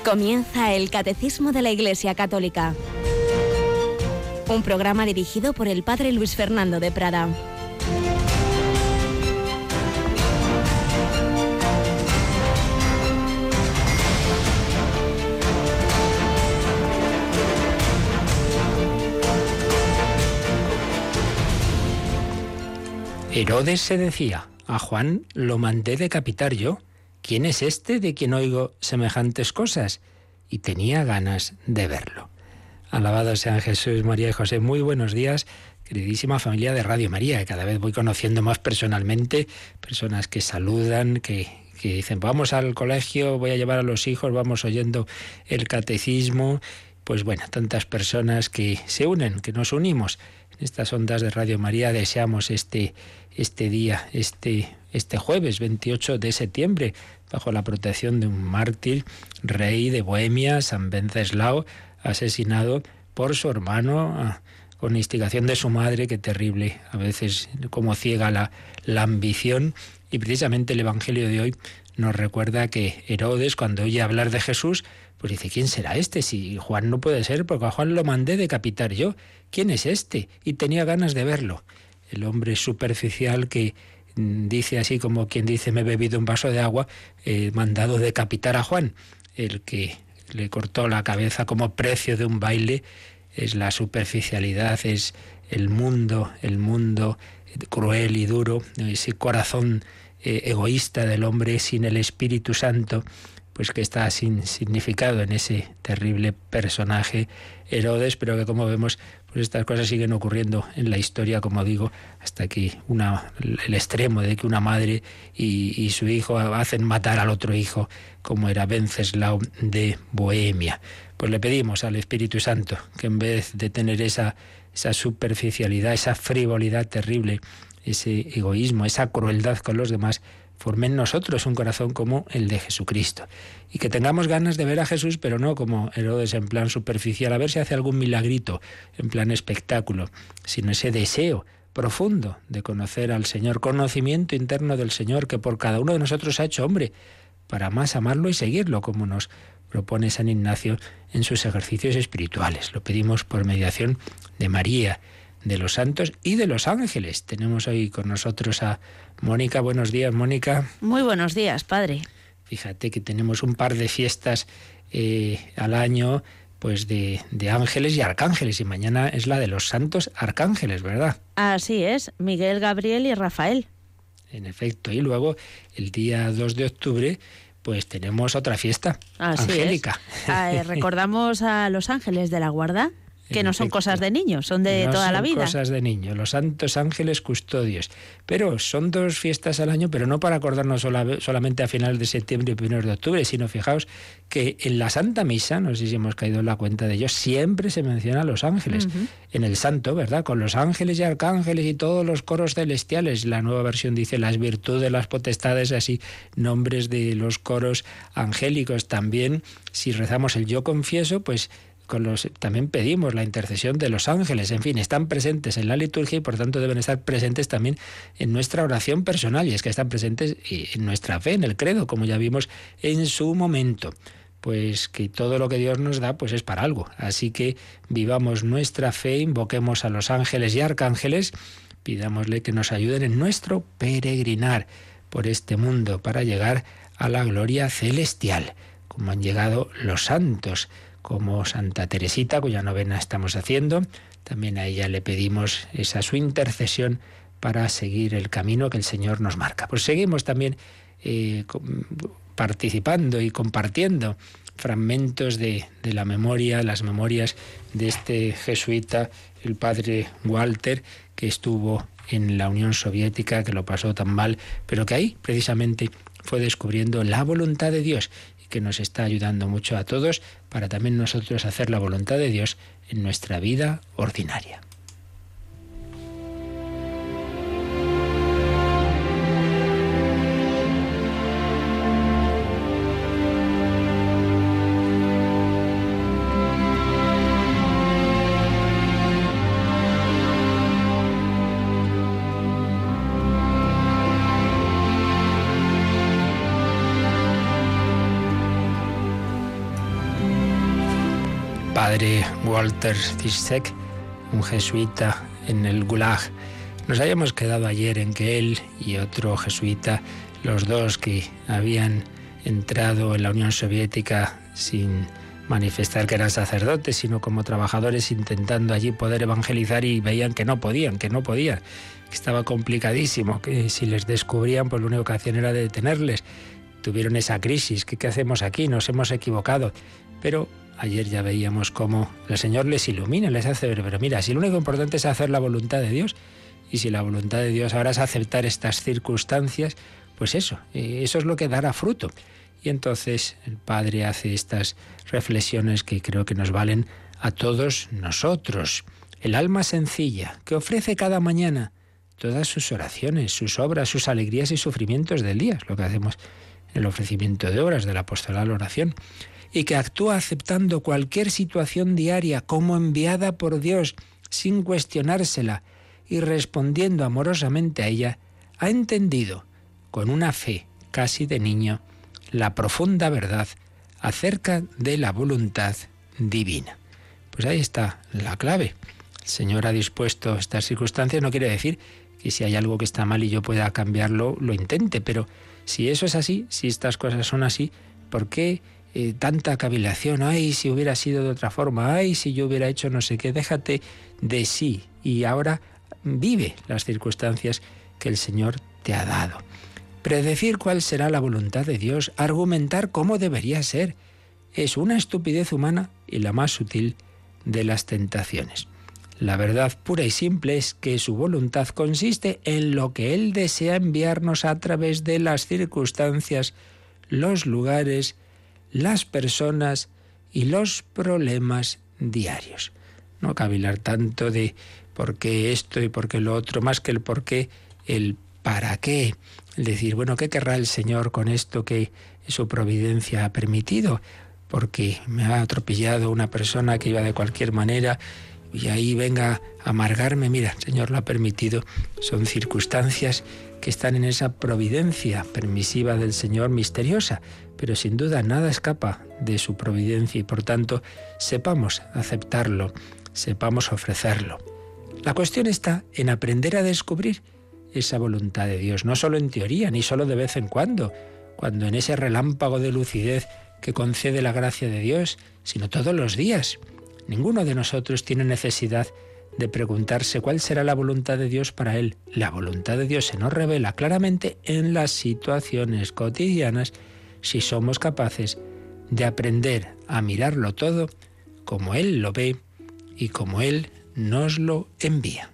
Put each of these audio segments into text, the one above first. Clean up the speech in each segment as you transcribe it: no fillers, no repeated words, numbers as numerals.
Comienza el Catecismo de la Iglesia Católica. Un programa dirigido por el Padre Luis Fernando de Prada. Herodes se decía: a Juan lo mandé decapitar yo. ¿Quién es este de quien oigo semejantes cosas? Y tenía ganas de verlo. Alabado sean Jesús, María y José. Muy buenos días, queridísima familia de Radio María, que cada vez voy conociendo más personalmente, personas que saludan, que dicen, vamos al colegio, voy a llevar a los hijos, vamos oyendo el catecismo. Pues bueno, tantas personas que se unen, que nos unimos. En estas ondas de Radio María deseamos este día, este jueves 28 de septiembre, bajo la protección de un mártir, rey de Bohemia, San Wenceslao, asesinado por su hermano con instigación de su madre. Qué terrible, a veces como ciega la ambición. Y precisamente el Evangelio de hoy nos recuerda que Herodes, cuando oye hablar de Jesús, pues dice, ¿quién será este? Si Juan no puede ser, porque a Juan lo mandé decapitar yo. ¿Quién es este? Y tenía ganas de verlo. El hombre superficial que dice así como quien dice, me he bebido un vaso de agua, mandado decapitar a Juan. El que le cortó la cabeza como precio de un baile es la superficialidad, es el mundo cruel y duro, ese corazón egoísta del hombre sin el Espíritu Santo, pues que está sin significado en ese terrible personaje Herodes, pero que, como vemos, pues estas cosas siguen ocurriendo en la historia, como digo, hasta que el extremo de que una madre y su hijo hacen matar al otro hijo, como era Wenceslao de Bohemia. Pues le pedimos al Espíritu Santo que, en vez de tener esa superficialidad, esa frivolidad terrible, ese egoísmo, esa crueldad con los demás, forme en nosotros un corazón como el de Jesucristo. Y que tengamos ganas de ver a Jesús, pero no como Herodes en plan superficial, a ver si hace algún milagrito, en plan espectáculo, sino ese deseo profundo de conocer al Señor, conocimiento interno del Señor, que por cada uno de nosotros ha hecho hombre, para más amarlo y seguirlo, como nos propone San Ignacio en sus ejercicios espirituales. Lo pedimos por mediación de María, de los santos y de los ángeles. Tenemos hoy con nosotros a Mónica. Buenos días, Mónica. Muy buenos días, padre. Fíjate que tenemos un par de fiestas al año, pues de ángeles y arcángeles, y mañana es la de los santos arcángeles, ¿verdad? Así es, Miguel, Gabriel y Rafael. En efecto, y luego el día 2 de octubre pues tenemos otra fiesta, así angélica. Recordamos a los ángeles de la guarda, que no son cosas de niños, son de toda la vida. No son cosas de niños, los santos ángeles custodios. Pero son 2 fiestas al año, pero no para acordarnos solamente a finales de septiembre y primeros de octubre, sino fijaos que en la Santa Misa, no sé si hemos caído en la cuenta de ello, siempre se menciona a los ángeles. Uh-huh. En el Santo, ¿verdad? Con los ángeles y arcángeles y todos los coros celestiales. La Nueva Versión dice las virtudes, las potestades, así, nombres de los coros angélicos. También, si rezamos el Yo Confieso, pues también pedimos la intercesión de los ángeles. En fin, están presentes en la liturgia y por tanto deben estar presentes también en nuestra oración personal, y es que están presentes en nuestra fe, en el credo, como ya vimos en su momento. Pues que todo lo que Dios nos da pues es para algo. Así que vivamos nuestra fe, invoquemos a los ángeles y arcángeles, pidámosle que nos ayuden en nuestro peregrinar por este mundo para llegar a la gloria celestial, como han llegado los santos, como Santa Teresita, cuya novena estamos haciendo. También a ella le pedimos esa su intercesión para seguir el camino que el Señor nos marca. Pues seguimos también participando y compartiendo fragmentos de la memoria, las memorias de este jesuita, el padre Walter, que estuvo en la Unión Soviética, que lo pasó tan mal, pero que ahí precisamente fue descubriendo la voluntad de Dios, que nos está ayudando mucho a todos para también nosotros hacer la voluntad de Dios en nuestra vida ordinaria. padre Walter Zizek, un jesuita en el Gulag. Nos habíamos quedado ayer en que él y otro jesuita, los dos que habían entrado en la Unión Soviética sin manifestar que eran sacerdotes, sino como trabajadores intentando allí poder evangelizar, y veían que no podían, que estaba complicadísimo, que si les descubrían, pues lo único que hacían era detenerles. Tuvieron esa crisis, ¿qué hacemos aquí? Nos hemos equivocado. Pero ayer ya veíamos cómo el Señor les ilumina, les hace ver, pero mira, si lo único importante es hacer la voluntad de Dios, y si la voluntad de Dios ahora es aceptar estas circunstancias, pues eso es lo que dará fruto. Y entonces el Padre hace estas reflexiones que creo que nos valen a todos nosotros. El alma sencilla, que ofrece cada mañana todas sus oraciones, sus obras, sus alegrías y sufrimientos del día, es lo que hacemos en el ofrecimiento de obras del apostolado oración, y que actúa aceptando cualquier situación diaria como enviada por Dios, sin cuestionársela, y respondiendo amorosamente a ella, ha entendido, con una fe casi de niño, la profunda verdad acerca de la voluntad divina. Pues ahí está la clave. El Señor ha dispuesto estas circunstancias, no quiere decir que si hay algo que está mal y yo pueda cambiarlo, lo intente, pero si eso es así, si estas cosas son así, ¿por qué tanta cavilación? Ay, si hubiera sido de otra forma, ay, si yo hubiera hecho no sé qué. Déjate de sí y ahora vive las circunstancias que el Señor te ha dado. Predecir cuál será la voluntad de Dios, argumentar cómo debería ser, es una estupidez humana y la más sutil de las tentaciones. La verdad pura y simple es que su voluntad consiste en lo que Él desea enviarnos a través de las circunstancias, los lugares, las personas y los problemas diarios. No cavilar tanto de por qué esto y por qué lo otro, más que el por qué, el para qué. El decir, bueno, ¿qué querrá el Señor con esto que su providencia ha permitido? Porque me ha atropellado una persona que iba de cualquier manera y ahí venga a amargarme. Mira, el Señor lo ha permitido. Son circunstancias que están en esa providencia permisiva del Señor, misteriosa, pero sin duda nada escapa de su providencia y por tanto sepamos aceptarlo, sepamos ofrecerlo. La cuestión está en aprender a descubrir esa voluntad de Dios, no solo en teoría, ni solo de vez en cuando en ese relámpago de lucidez que concede la gracia de Dios, sino todos los días. Ninguno de nosotros tiene necesidad de preguntarse cuál será la voluntad de Dios para él. La voluntad de Dios se nos revela claramente en las situaciones cotidianas si somos capaces de aprender a mirarlo todo como Él lo ve y como Él nos lo envía.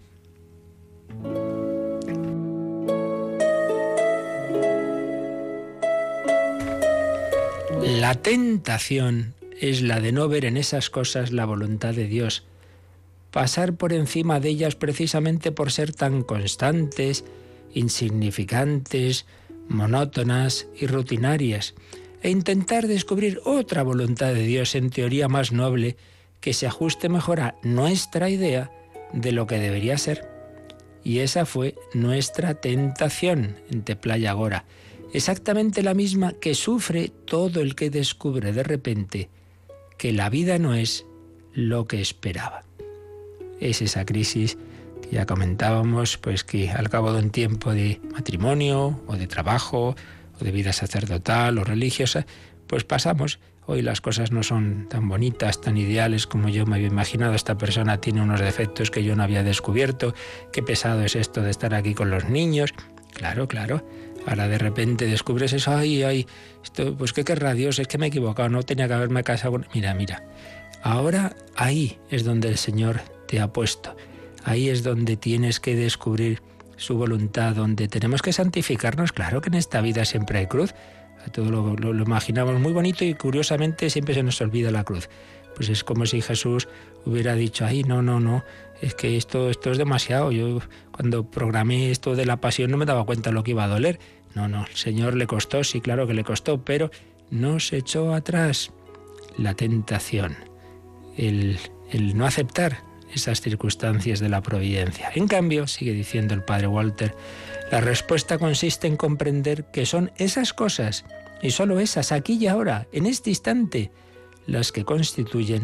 La tentación es la de no ver en esas cosas la voluntad de Dios, pasar por encima de ellas precisamente por ser tan constantes, insignificantes, monótonas y rutinarias, e intentar descubrir otra voluntad de Dios en teoría más noble que se ajuste mejor a nuestra idea de lo que debería ser. Y esa fue nuestra tentación en Teplaya Gora, exactamente la misma que sufre todo el que descubre de repente que la vida no es lo que esperaba. Es esa crisis que ya comentábamos, pues que al cabo de un tiempo de matrimonio o de trabajo o de vida sacerdotal o religiosa, pues pasamos. Hoy las cosas no son tan bonitas, tan ideales como yo me había imaginado. Esta persona tiene unos defectos que yo no había descubierto. Qué pesado es esto de estar aquí con los niños. Claro. Ahora de repente descubres eso. Ay, esto, pues ¿qué querrá Dios? Es que me he equivocado, no tenía que haberme casado con... Mira. Ahora ahí es donde el Señor te ha puesto. Ahí es donde tienes que descubrir su voluntad, donde tenemos que santificarnos. Claro que en esta vida siempre hay cruz. Todo lo imaginamos muy bonito y curiosamente siempre se nos olvida la cruz. Pues es como si Jesús hubiera dicho, ay, no, es que esto es demasiado. Yo cuando programé esto de la pasión no me daba cuenta de lo que iba a doler. No, el Señor le costó, sí, claro que le costó, pero no se echó atrás. La tentación, el no aceptar esas circunstancias de la providencia. En cambio, sigue diciendo el padre Walter, la respuesta consiste en comprender que son esas cosas, y solo esas, aquí y ahora, en este instante, las que constituyen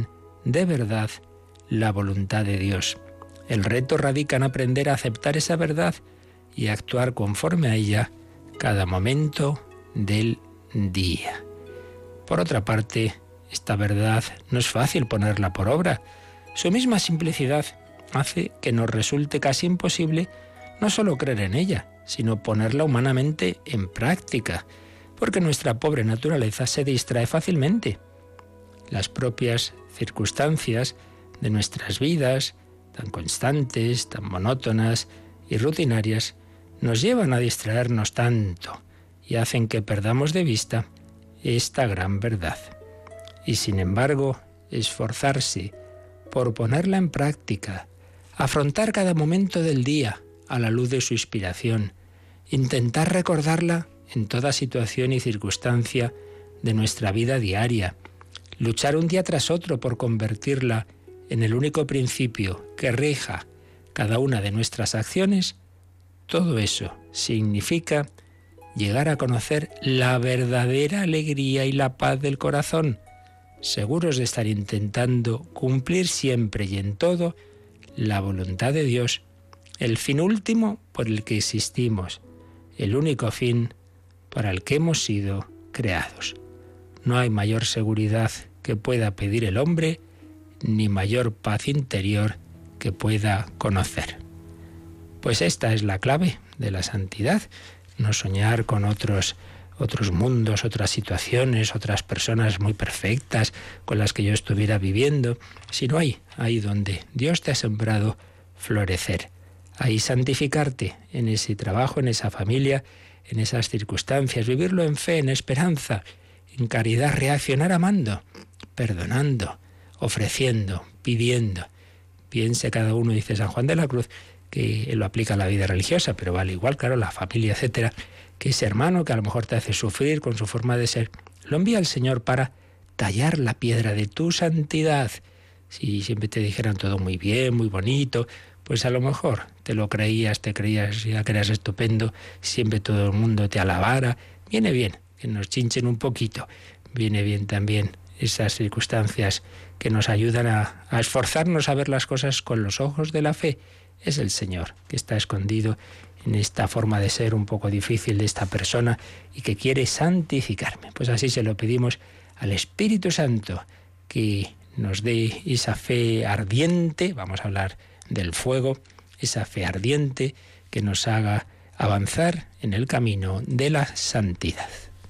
de verdad la voluntad de Dios. El reto radica en aprender a aceptar esa verdad y actuar conforme a ella cada momento del día. Por otra parte, esta verdad no es fácil ponerla por obra. Su misma simplicidad hace que nos resulte casi imposible no solo creer en ella, sino ponerla humanamente en práctica, porque nuestra pobre naturaleza se distrae fácilmente. Las propias circunstancias de nuestras vidas, tan constantes, tan monótonas y rutinarias, nos llevan a distraernos tanto y hacen que perdamos de vista esta gran verdad. Y sin embargo, esforzarse por ponerla en práctica, afrontar cada momento del día a la luz de su inspiración, intentar recordarla en toda situación y circunstancia de nuestra vida diaria, luchar un día tras otro por convertirla en el único principio que rija cada una de nuestras acciones, todo eso significa llegar a conocer la verdadera alegría y la paz del corazón, seguros de estar intentando cumplir siempre y en todo la voluntad de Dios, el fin último por el que existimos, el único fin para el que hemos sido creados. No hay mayor seguridad que pueda pedir el hombre, ni mayor paz interior que pueda conocer. Pues esta es la clave de la santidad, no soñar con otros mundos, otras situaciones, otras personas muy perfectas con las que yo estuviera viviendo, sino ahí donde Dios te ha sembrado, florecer. Ahí santificarte en ese trabajo, en esa familia, en esas circunstancias, vivirlo en fe, en esperanza, en caridad, reaccionar amando, perdonando, ofreciendo, pidiendo. Piense cada uno, dice San Juan de la Cruz, que él lo aplica a la vida religiosa, pero vale igual, claro, la familia, etcétera, que ese hermano que a lo mejor te hace sufrir con su forma de ser, lo envía el Señor para tallar la piedra de tu santidad. Si siempre te dijeran todo muy bien, muy bonito, pues a lo mejor te creías ya que eras estupendo, siempre todo el mundo te alabara. Viene bien que nos chinchen un poquito, viene bien también esas circunstancias que nos ayudan a esforzarnos a ver las cosas con los ojos de la fe. Es el Señor que está escondido en esta forma de ser un poco difícil de esta persona y que quiere santificarme. Pues así se lo pedimos al Espíritu Santo, que nos dé esa fe ardiente, vamos a hablar del fuego, esa fe ardiente que nos haga avanzar en el camino de la santidad.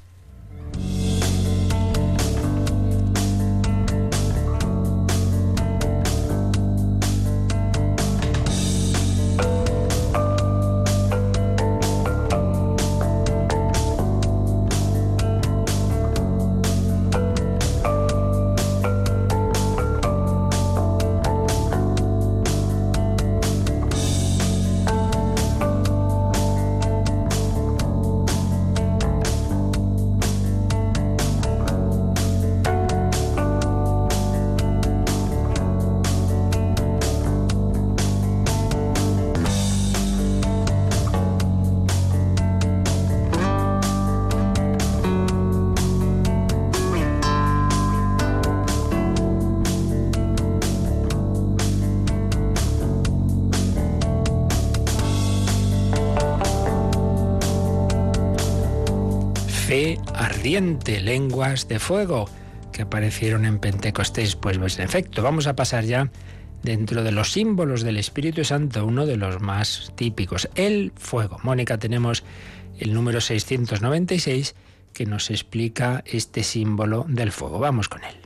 Fe ardiente, lenguas de fuego, que aparecieron en Pentecostés. Pues en efecto, vamos a pasar ya dentro de los símbolos del Espíritu Santo, uno de los más típicos, el fuego. Mónica, tenemos el número 696 que nos explica este símbolo del fuego. Vamos con él.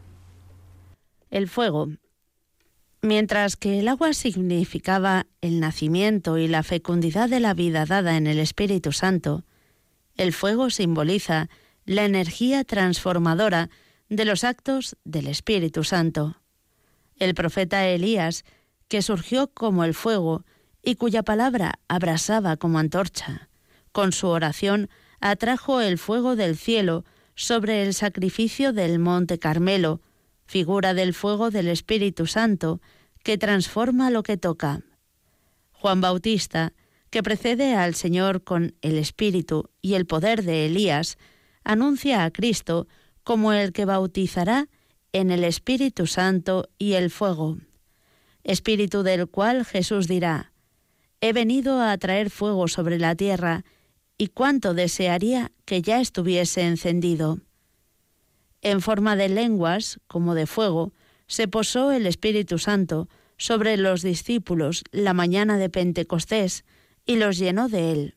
El fuego. Mientras que el agua significaba el nacimiento y la fecundidad de la vida dada en el Espíritu Santo, el fuego simboliza la energía transformadora de los actos del Espíritu Santo. El profeta Elías, que surgió como el fuego y cuya palabra abrasaba como antorcha, con su oración atrajo el fuego del cielo sobre el sacrificio del Monte Carmelo, figura del fuego del Espíritu Santo que transforma lo que toca. Juan Bautista, que precede al Señor con el espíritu y el poder de Elías, anuncia a Cristo como el que bautizará en el Espíritu Santo y el fuego, espíritu del cual Jesús dirá: he venido a traer fuego sobre la tierra, y cuánto desearía que ya estuviese encendido. En forma de lenguas, como de fuego, se posó el Espíritu Santo sobre los discípulos la mañana de Pentecostés y los llenó de él.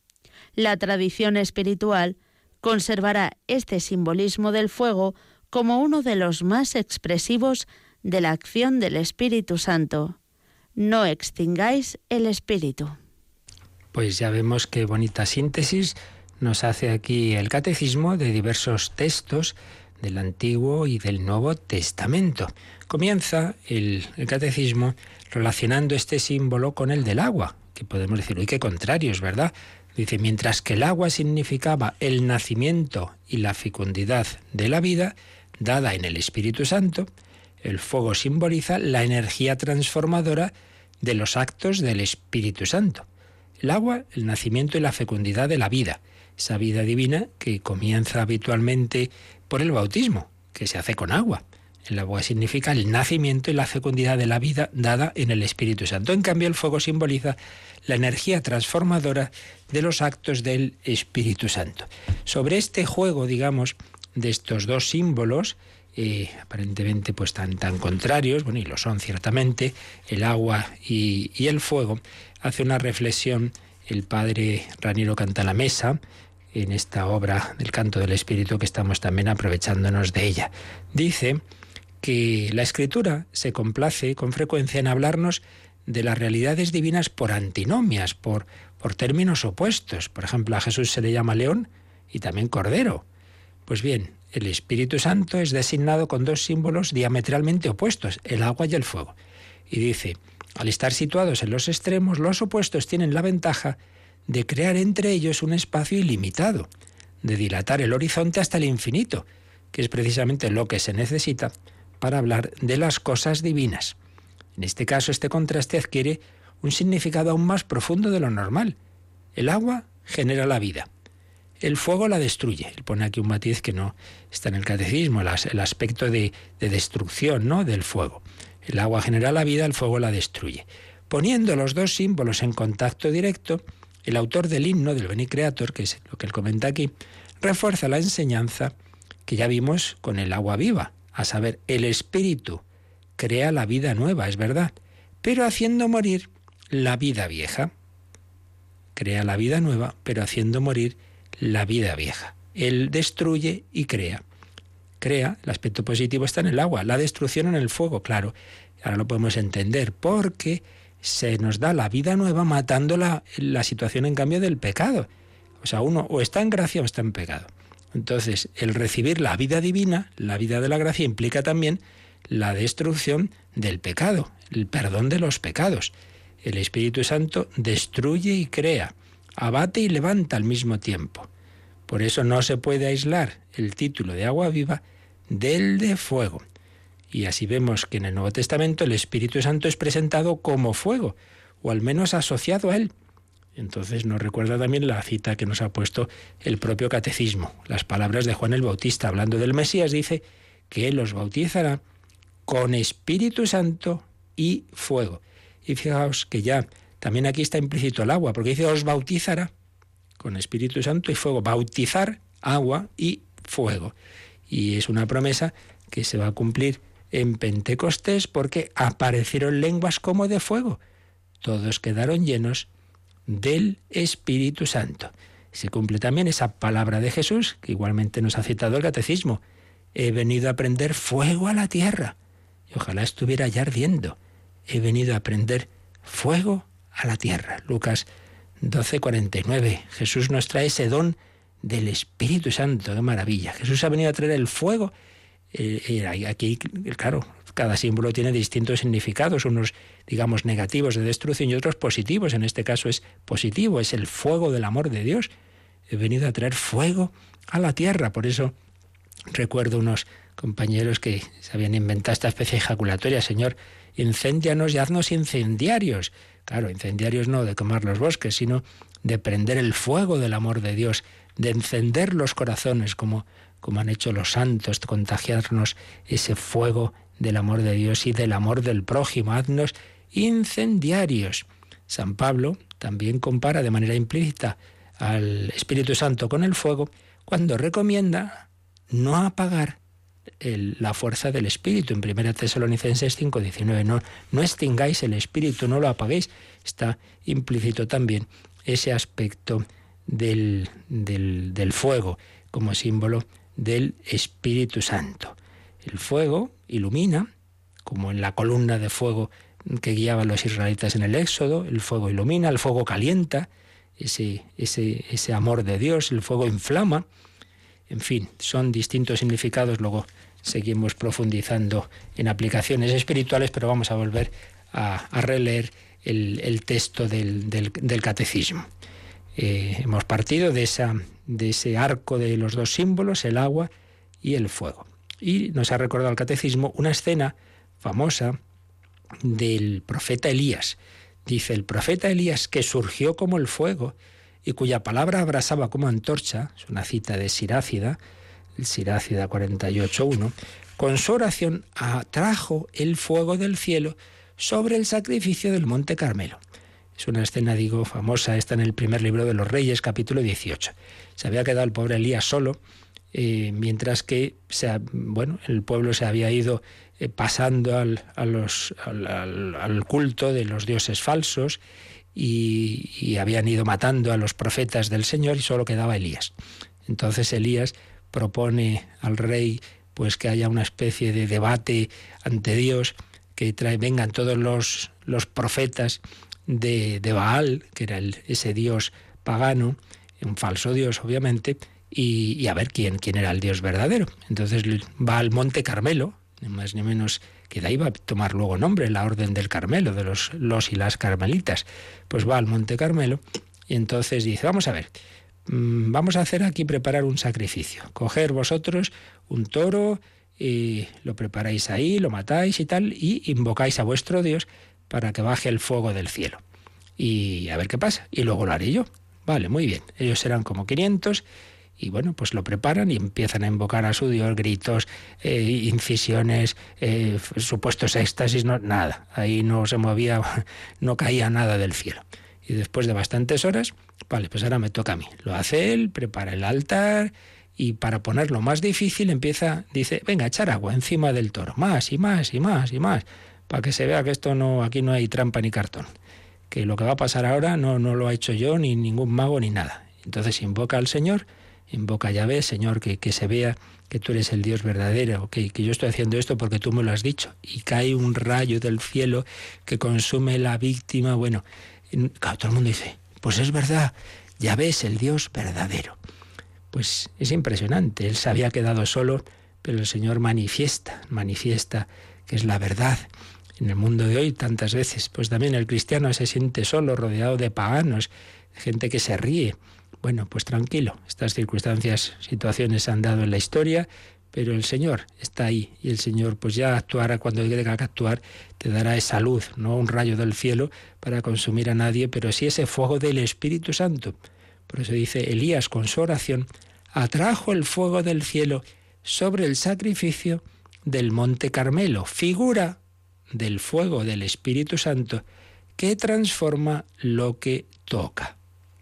La tradición espiritual conservará este simbolismo del fuego como uno de los más expresivos de la acción del Espíritu Santo. No extingáis el Espíritu. Pues ya vemos qué bonita síntesis nos hace aquí el Catecismo de diversos textos del Antiguo y del Nuevo Testamento. Comienza el Catecismo relacionando este símbolo con el del agua, que podemos decir, uy, qué contrarios, ¿verdad? Dice, mientras que el agua significaba el nacimiento y la fecundidad de la vida, dada en el Espíritu Santo, el fuego simboliza la energía transformadora de los actos del Espíritu Santo. El agua, el nacimiento y la fecundidad de la vida, esa vida divina que comienza habitualmente por el bautismo, que se hace con agua. El agua significa el nacimiento y la fecundidad de la vida dada en el Espíritu Santo. En cambio, el fuego simboliza la energía transformadora de los actos del Espíritu Santo. Sobre este juego, digamos, de estos dos símbolos, aparentemente pues tan contrarios, bueno, y lo son ciertamente, el agua y el fuego, hace una reflexión el padre Raniero Cantalamessa en esta obra del Canto del Espíritu, que estamos también aprovechándonos de ella. Dice que la Escritura se complace con frecuencia en hablarnos de las realidades divinas por antinomias, por términos opuestos. Por ejemplo, a Jesús se le llama león y también cordero. Pues bien, el Espíritu Santo es designado con dos símbolos diametralmente opuestos, el agua y el fuego. Y dice, al estar situados en los extremos, los opuestos tienen la ventaja de crear entre ellos un espacio ilimitado, de dilatar el horizonte hasta el infinito, que es precisamente lo que se necesita para hablar de las cosas divinas. En este caso, este contraste adquiere un significado aún más profundo de lo normal. El agua genera la vida, el fuego la destruye. Él pone aquí un matiz que no está en el catecismo, el aspecto de destrucción, ¿no?, del fuego. El agua genera la vida, el fuego la destruye. Poniendo los dos símbolos en contacto directo, el autor del himno del Beni Creator, que es lo que él comenta aquí, refuerza la enseñanza que ya vimos con el agua viva, a saber, el Espíritu crea la vida nueva, es verdad, pero haciendo morir la vida vieja. Crea la vida nueva, pero haciendo morir la vida vieja. Él destruye y crea. Crea, el aspecto positivo está en el agua, la destrucción en el fuego, claro. Ahora lo podemos entender, porque se nos da la vida nueva matando la situación, en cambio, del pecado. O sea, uno o está en gracia o está en pecado. Entonces, el recibir la vida divina, la vida de la gracia, implica también la destrucción del pecado, el perdón de los pecados. El Espíritu Santo destruye y crea, abate y levanta al mismo tiempo. Por eso no se puede aislar el título de agua viva del de fuego. Y así vemos que en el Nuevo Testamento el Espíritu Santo es presentado como fuego, o al menos asociado a él. Entonces nos recuerda también la cita que nos ha puesto el propio Catecismo. Las palabras de Juan el Bautista, hablando del Mesías, dice que él los bautizará con Espíritu Santo y fuego. Y fijaos que ya también aquí está implícito el agua, porque dice os bautizará con Espíritu Santo y fuego. Bautizar, agua y fuego. Y es una promesa que se va a cumplir en Pentecostés, porque aparecieron lenguas como de fuego. Todos quedaron llenos del Espíritu Santo. Se cumple también esa palabra de Jesús, que igualmente nos ha citado el Catecismo. He venido a prender fuego a la tierra. Y ojalá estuviera ya ardiendo. He venido a prender fuego a la tierra. Lucas 12:49. Jesús nos trae ese don del Espíritu Santo. ¡Qué maravilla! Jesús ha venido a traer el fuego. Aquí, claro, cada símbolo tiene distintos significados, unos, digamos, negativos de destrucción y otros positivos. En este caso es positivo, es el fuego del amor de Dios. He venido a traer fuego a la tierra. Por eso recuerdo unos compañeros que se habían inventado esta especie de ejaculatoria: Señor, incéndianos y haznos incendiarios. Claro, incendiarios no de quemar los bosques, sino de prender el fuego del amor de Dios, de encender los corazones, como como han hecho los santos, contagiarnos ese fuego del amor de Dios y del amor del prójimo, haznos incendiarios. San Pablo también compara de manera implícita al Espíritu Santo con el fuego cuando recomienda no apagar la fuerza del Espíritu. En 1 Tesalonicenses 5:19, no extingáis el Espíritu, no lo apaguéis. Está implícito también ese aspecto del fuego como símbolo del Espíritu Santo. El fuego ilumina, como en la columna de fuego que guiaba a los israelitas en el Éxodo. El fuego ilumina, el fuego calienta, ese amor de Dios, el fuego inflama. En fin, son distintos significados. Luego seguimos profundizando en aplicaciones espirituales, pero vamos a volver a releer el texto del catecismo. Hemos partido de ese arco de los dos símbolos, el agua y el fuego. Y nos ha recordado el catecismo una escena famosa del profeta Elías. Dice, el profeta Elías, que surgió como el fuego y cuya palabra abrasaba como antorcha, es una cita de Sirácida, el Sirácida 48.1, con su oración atrajo el fuego del cielo sobre el sacrificio del Monte Carmelo. Es una escena, digo, famosa, está en el primer libro de los Reyes, capítulo 18. Se había quedado el pobre Elías solo, mientras que el pueblo se había ido pasando al culto de los dioses falsos y habían ido matando a los profetas del Señor y solo quedaba Elías. Entonces Elías propone al rey pues que haya una especie de debate ante Dios, que vengan todos los profetas de Baal, que era ese dios pagano, un falso dios obviamente, y a ver quién era el Dios verdadero. Entonces va al Monte Carmelo, ni más ni menos, que de ahí va a tomar luego nombre la Orden del Carmelo, de los y las carmelitas. Pues va al Monte Carmelo y entonces dice, vamos a ver, vamos a hacer aquí, preparar un sacrificio. Coger vosotros un toro, y lo preparáis ahí, lo matáis y tal, y invocáis a vuestro Dios para que baje el fuego del cielo. Y a ver qué pasa. Y luego lo haré yo. Vale, muy bien. Ellos serán como 500 y bueno, pues lo preparan y empiezan a invocar a su Dios, gritos, incisiones, supuestos éxtasis, nada. Ahí no se movía, no caía nada del cielo. Y después de bastantes horas, vale, pues ahora me toca a mí. Lo hace él, prepara el altar y para ponerlo más difícil dice, venga, echar agua encima del toro, más y más y más y más, para que se vea que aquí no hay trampa ni cartón. Que lo que va a pasar ahora no lo ha hecho yo, ni ningún mago, ni nada. Entonces invoca al Señor, invoca a Yahvé, Señor, que se vea que tú eres el Dios verdadero, que yo estoy haciendo esto porque tú me lo has dicho. Y cae un rayo del cielo que consume la víctima. Bueno, claro, todo el mundo dice, pues es verdad, Yahvé es el Dios verdadero. Pues es impresionante, él se había quedado solo, pero el Señor manifiesta que es la verdad. En el mundo de hoy tantas veces, pues también el cristiano se siente solo, rodeado de paganos, gente que se ríe. Bueno, pues tranquilo, estas circunstancias, situaciones se han dado en la historia, pero el Señor está ahí y el Señor pues ya actuará cuando tenga que actuar, te dará esa luz, no un rayo del cielo para consumir a nadie, pero sí ese fuego del Espíritu Santo. Por eso dice, Elías con su oración atrajo el fuego del cielo sobre el sacrificio del Monte Carmelo, figura del fuego del Espíritu Santo que transforma lo que toca.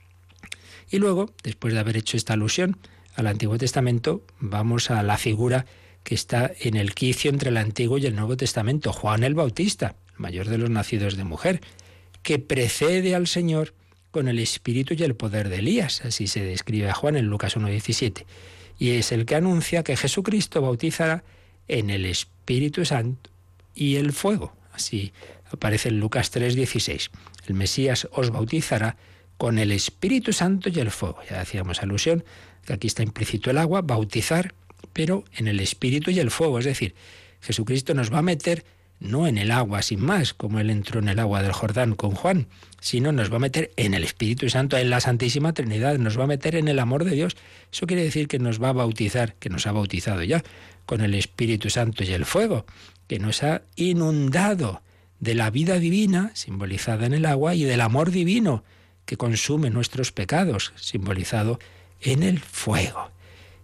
Y luego, después de haber hecho esta alusión al Antiguo Testamento, vamos a la figura que está en el quicio entre el Antiguo y el Nuevo Testamento, Juan el Bautista, el mayor de los nacidos de mujer, que precede al Señor con el espíritu y el poder de Elías, así se describe a Juan en Lucas 1:17, y es el que anuncia que Jesucristo bautizará en el Espíritu Santo y el fuego. Así aparece en Lucas 3:16. El Mesías os bautizará con el Espíritu Santo y el fuego. Ya hacíamos alusión que aquí está implícito el agua, bautizar, pero en el Espíritu y el fuego. Es decir, Jesucristo nos va a meter no en el agua sin más, como él entró en el agua del Jordán con Juan, sino nos va a meter en el Espíritu Santo, en la Santísima Trinidad, nos va a meter en el amor de Dios. Eso quiere decir que nos va a bautizar, que nos ha bautizado ya, con el Espíritu Santo y el fuego, que nos ha inundado de la vida divina, simbolizada en el agua, y del amor divino, que consume nuestros pecados, simbolizado en el fuego.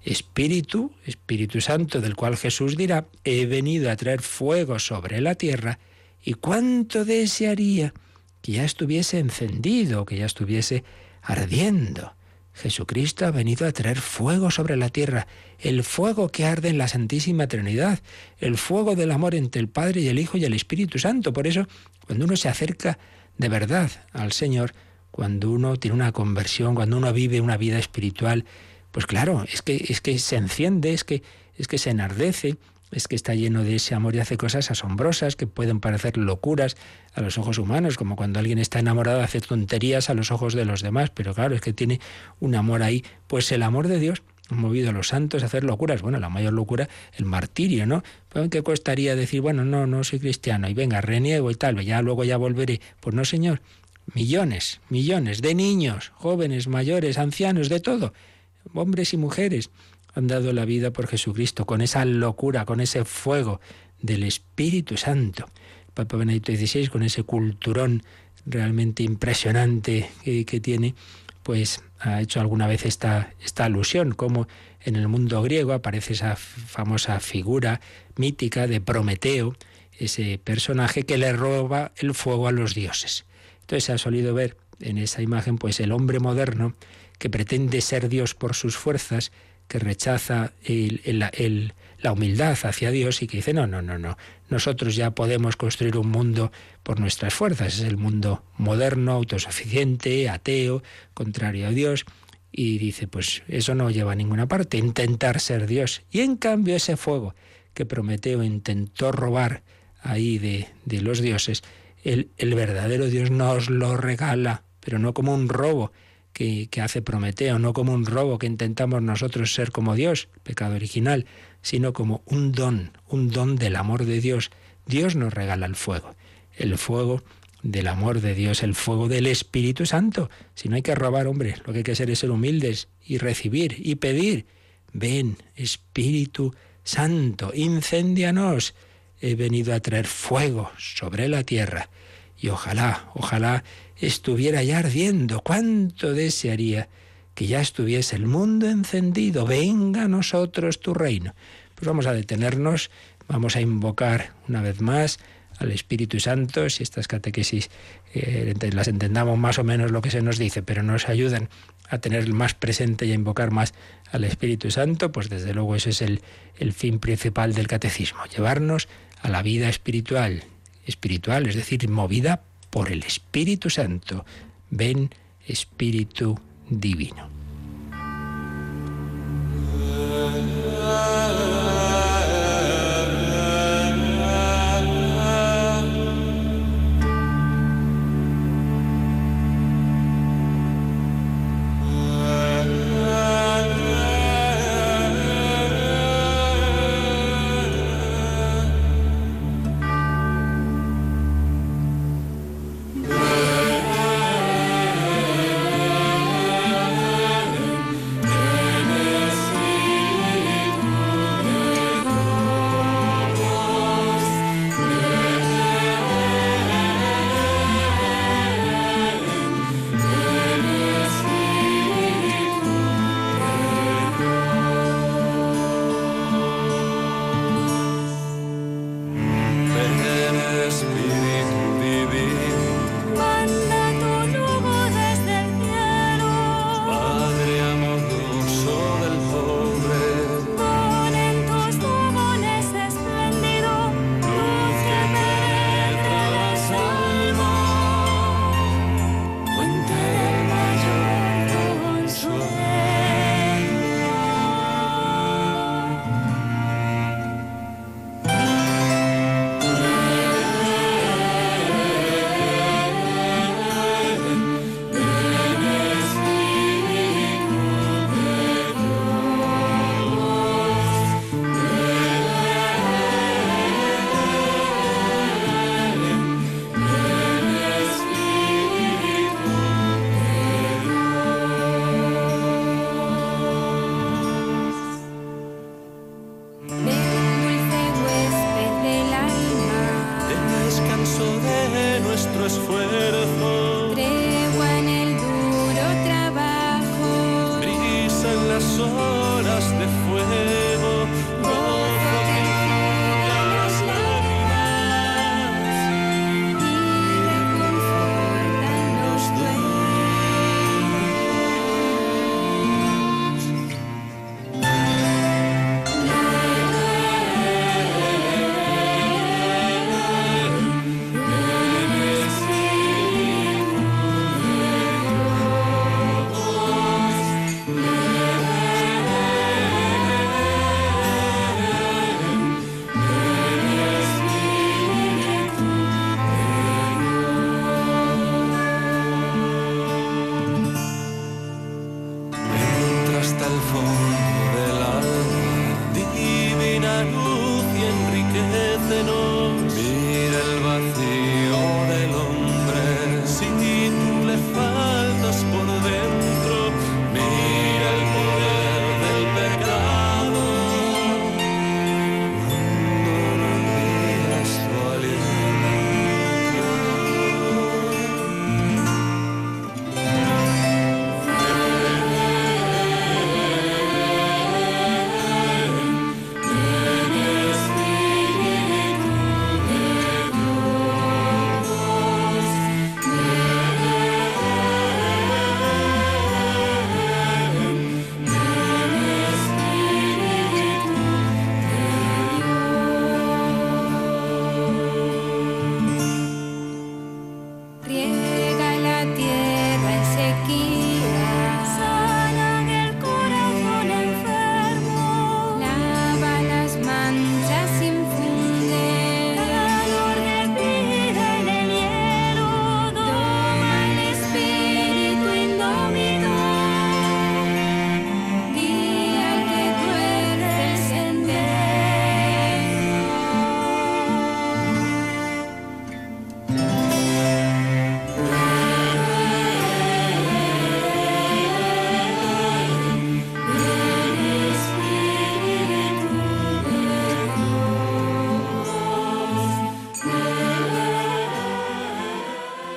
Espíritu Santo, del cual Jesús dirá: he venido a traer fuego sobre la tierra, y cuánto desearía que ya estuviese encendido, que ya estuviese ardiendo. Jesucristo ha venido a traer fuego sobre la tierra, el fuego que arde en la Santísima Trinidad, el fuego del amor entre el Padre y el Hijo y el Espíritu Santo. Por eso, cuando uno se acerca de verdad al Señor, cuando uno tiene una conversión, cuando uno vive una vida espiritual, pues claro, es que se enciende, es que se enardece, es que está lleno de ese amor y hace cosas asombrosas que pueden parecer locuras a los ojos humanos, como cuando alguien está enamorado hace tonterías a los ojos de los demás, pero claro, es que tiene un amor ahí. Pues el amor de Dios ha movido a los santos a hacer locuras. Bueno, la mayor locura, el martirio, ¿no? ¿Qué costaría decir, bueno, no soy cristiano y venga, reniego y tal, ya luego ya volveré? Pues no, Señor, millones de niños, jóvenes, mayores, ancianos, de todo, hombres y mujeres, han dado la vida por Jesucristo, con esa locura, con ese fuego del Espíritu Santo. Papa Benedicto XVI, con ese culturón realmente impresionante que tiene, pues ha hecho alguna vez esta alusión, como en el mundo griego aparece esa famosa figura mítica de Prometeo, ese personaje que le roba el fuego a los dioses. Entonces se ha solido ver en esa imagen pues el hombre moderno que pretende ser Dios por sus fuerzas, que rechaza la humildad hacia Dios y que dice, no, nosotros ya podemos construir un mundo por nuestras fuerzas. Es el mundo moderno, autosuficiente, ateo, contrario a Dios. Y dice, pues eso no lleva a ninguna parte, intentar ser Dios. Y en cambio ese fuego que Prometeo intentó robar ahí de los dioses, el verdadero Dios nos lo regala, pero no como un robo que hace Prometeo, no como un robo que intentamos nosotros ser como Dios, pecado original, sino como un don del amor de Dios. Dios nos regala el fuego del amor de Dios, el fuego del Espíritu Santo. Si no hay que robar, hombre, lo que hay que hacer es ser humildes y recibir y pedir. Ven, Espíritu Santo, incéndianos. He venido a traer fuego sobre la tierra. Y ojalá estuviera ya ardiendo. Cuánto desearía que ya estuviese el mundo encendido. Venga a nosotros tu reino. Pues vamos a detenernos, vamos a invocar una vez más al Espíritu Santo, si estas catequesis las entendamos más o menos lo que se nos dice, pero nos ayudan a tener más presente y a invocar más al Espíritu Santo, pues desde luego ese es el fin principal del catecismo, llevarnos a la vida espiritual, es decir, movida por el Espíritu Santo. Ven, Espíritu Divino. Horas de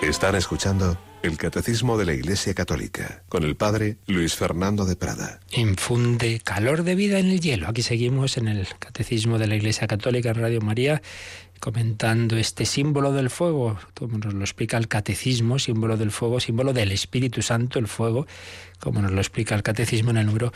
Están escuchando el Catecismo de la Iglesia Católica con el Padre Luis Fernando de Prada. Infunde calor de vida en el hielo. Aquí seguimos en el Catecismo de la Iglesia Católica en Radio María, comentando este símbolo del fuego, como nos lo explica el Catecismo, símbolo del fuego, símbolo del Espíritu Santo, el fuego, como nos lo explica el Catecismo en el número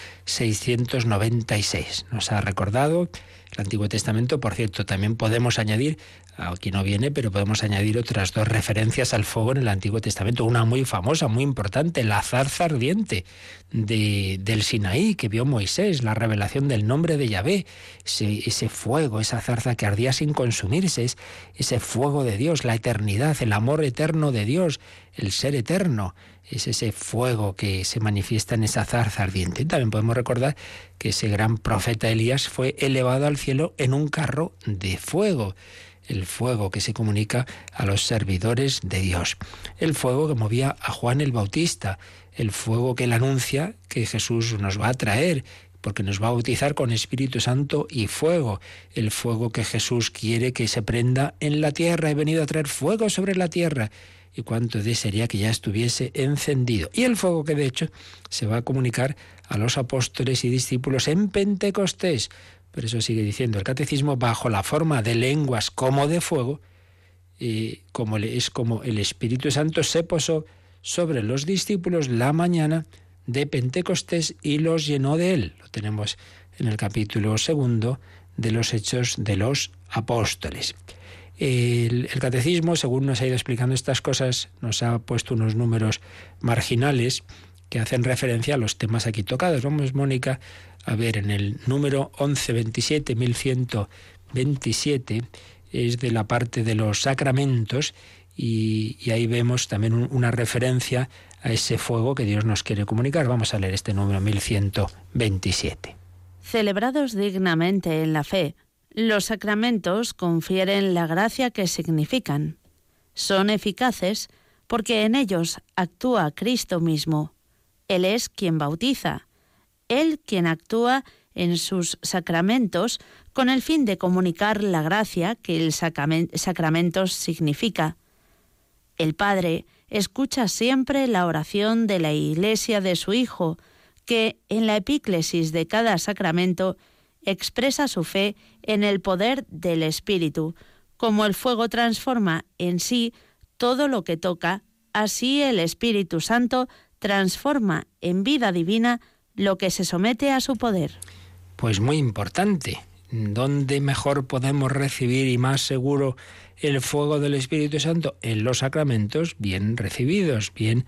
696. Nos ha recordado el Antiguo Testamento. Por cierto, también podemos añadir, aquí no viene, pero podemos añadir otras dos referencias al fuego en el Antiguo Testamento. Una muy famosa, muy importante, la zarza ardiente del Sinaí, que vio Moisés, la revelación del nombre de Yahvé, ese fuego, esa zarza que ardía sin consumirse, ese fuego de Dios, la eternidad, el amor eterno de Dios, el ser eterno. Es ese fuego que se manifiesta en esa zarza ardiente. Y también podemos recordar que ese gran profeta Elías fue elevado al cielo en un carro de fuego. El fuego que se comunica a los servidores de Dios. El fuego que movía a Juan el Bautista. El fuego que él anuncia que Jesús nos va a traer, porque nos va a bautizar con Espíritu Santo y fuego. El fuego que Jesús quiere que se prenda en la tierra. He venido a traer fuego sobre la tierra. Y cuánto desearía que ya estuviese encendido. Y el fuego que de hecho se va a comunicar a los apóstoles y discípulos en Pentecostés. Por eso sigue diciendo el Catecismo, bajo la forma de lenguas como de fuego, como el Espíritu Santo se posó sobre los discípulos la mañana de Pentecostés y los llenó de él. Lo tenemos en el capítulo 2 de los Hechos de los Apóstoles. El Catecismo, según nos ha ido explicando estas cosas, nos ha puesto unos números marginales que hacen referencia a los temas aquí tocados. Vamos, Mónica, a ver, en el número 1127, 1127, es de la parte de los sacramentos, y ahí vemos también una referencia a ese fuego que Dios nos quiere comunicar. Vamos a leer este número 1127. Celebrados dignamente en la fe, los sacramentos confieren la gracia que significan. Son eficaces porque en ellos actúa Cristo mismo. Él es quien bautiza, Él quien actúa en sus sacramentos con el fin de comunicar la gracia que el sacramento significa. El Padre escucha siempre la oración de la Iglesia de su Hijo, que en la epíclesis de cada sacramento expresa su fe en el poder del Espíritu. Como el fuego transforma en sí todo lo que toca, así el Espíritu Santo transforma en vida divina lo que se somete a su poder. Pues muy importante. ¿Dónde mejor podemos recibir y más seguro el fuego del Espíritu Santo? En los sacramentos bien recibidos, bien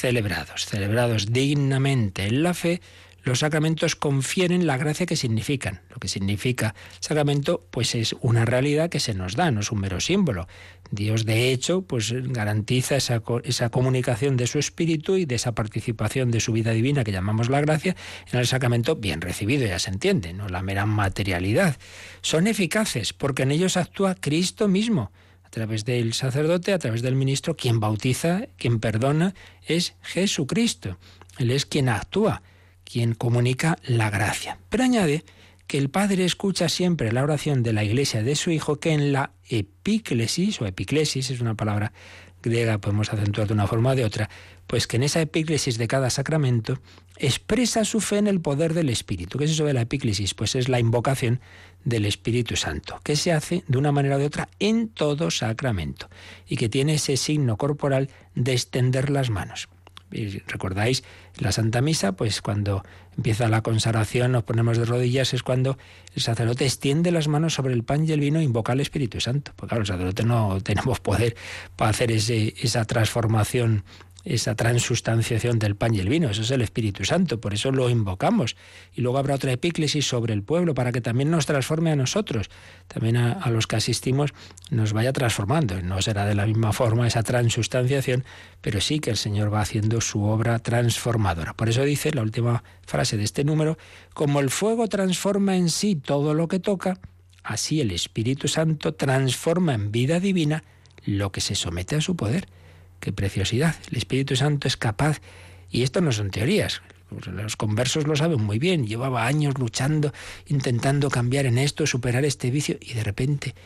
celebrados dignamente en la fe. Los sacramentos confieren la gracia que significan. Lo que significa sacramento, pues es una realidad que se nos da, no es un mero símbolo. Dios, de hecho, pues garantiza esa comunicación de su Espíritu y de esa participación de su vida divina que llamamos la gracia en el sacramento bien recibido, ya se entiende, no la mera materialidad. Son eficaces porque en ellos actúa Cristo mismo. A través del sacerdote, a través del ministro, quien bautiza, quien perdona, es Jesucristo. Él es quien actúa, quien comunica la gracia. Pero añade que el Padre escucha siempre la oración de la Iglesia de su Hijo, que en la epíclesis, o epiclesis, es una palabra griega, podemos acentuar de una forma o de otra, pues que en esa epíclesis de cada sacramento expresa su fe en el poder del Espíritu. ¿Qué es eso de la epíclesis? Pues es la invocación del Espíritu Santo, que se hace de una manera o de otra en todo sacramento, y que tiene ese signo corporal de extender las manos. Y recordáis la Santa Misa, pues cuando empieza la consagración, nos ponemos de rodillas, es cuando el sacerdote extiende las manos sobre el pan y el vino e invoca al Espíritu Santo. Porque claro, el sacerdote no tenemos poder para hacer esa transformación, esa transustanciación del pan y el vino. Eso es el Espíritu Santo, por eso lo invocamos. Y luego habrá otra epíclesis sobre el pueblo para que también nos transforme a nosotros, también a los que asistimos nos vaya transformando. No será de la misma forma esa transustanciación, pero sí que el Señor va haciendo su obra transformadora. Por eso dice la última frase de este número: como el fuego transforma en sí todo lo que toca, así el Espíritu Santo transforma en vida divina lo que se somete a su poder. ¡Qué preciosidad! El Espíritu Santo es capaz, y esto no son teorías, los conversos lo saben muy bien, llevaba años luchando, intentando cambiar en esto, superar este vicio, y de repente